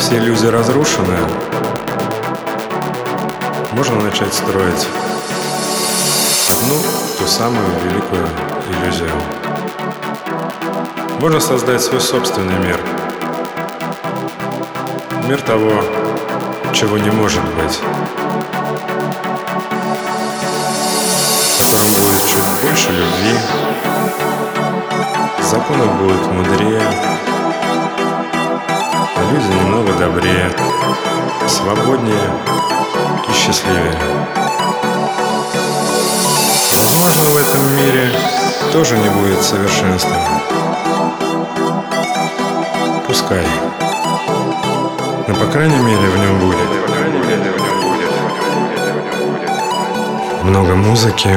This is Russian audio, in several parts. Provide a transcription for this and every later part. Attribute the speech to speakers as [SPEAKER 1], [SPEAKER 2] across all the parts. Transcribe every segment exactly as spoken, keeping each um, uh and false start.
[SPEAKER 1] все иллюзии разрушены, можно начать строить, ну, ту самую великую иллюзию. Можно создать свой собственный мир. Мир того, чего не может быть. В котором будет чуть больше любви, законы будут мудрее, а люди немного добрее, свободнее и счастливее. Возможно, в этом мире тоже не будет совершенства. Пускай. Но, по крайней мере, в нем будет много музыки,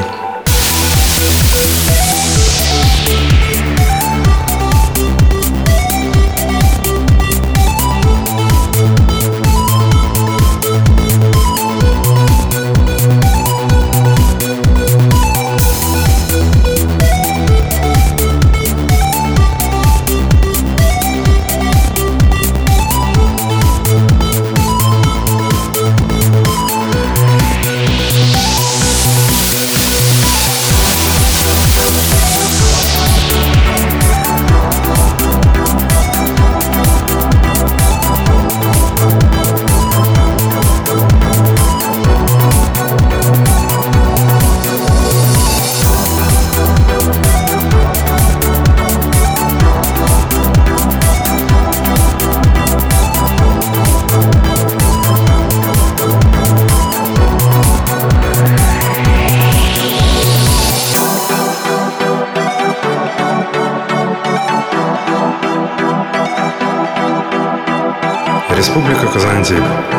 [SPEAKER 1] Республика Казантип.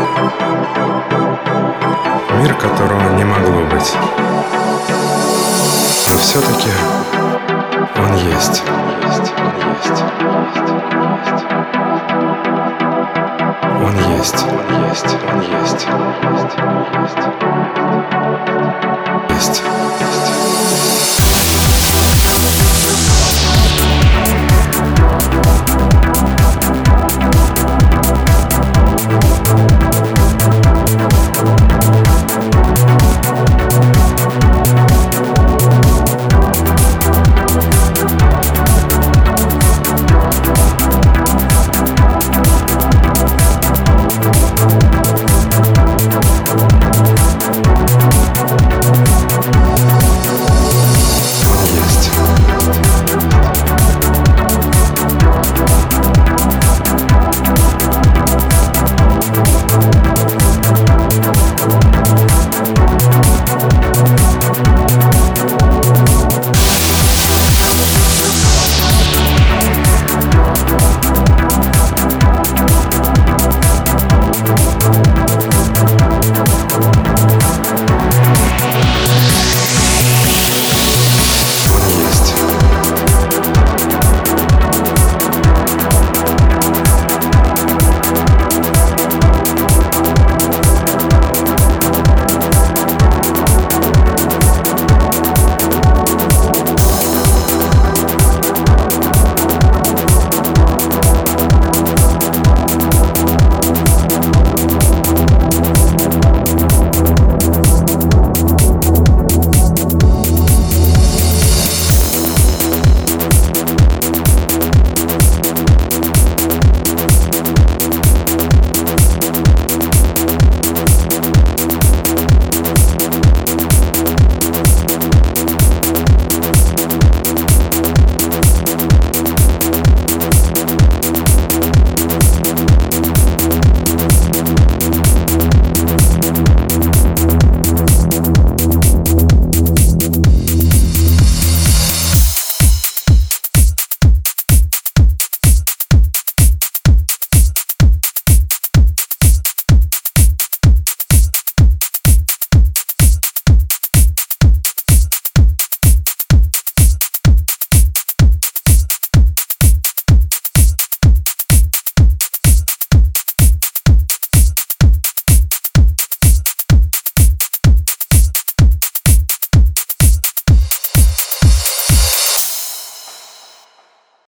[SPEAKER 1] Мир, которого не могло быть. Но все-таки он есть. Он есть. Он есть. Он есть. Он есть. Он есть.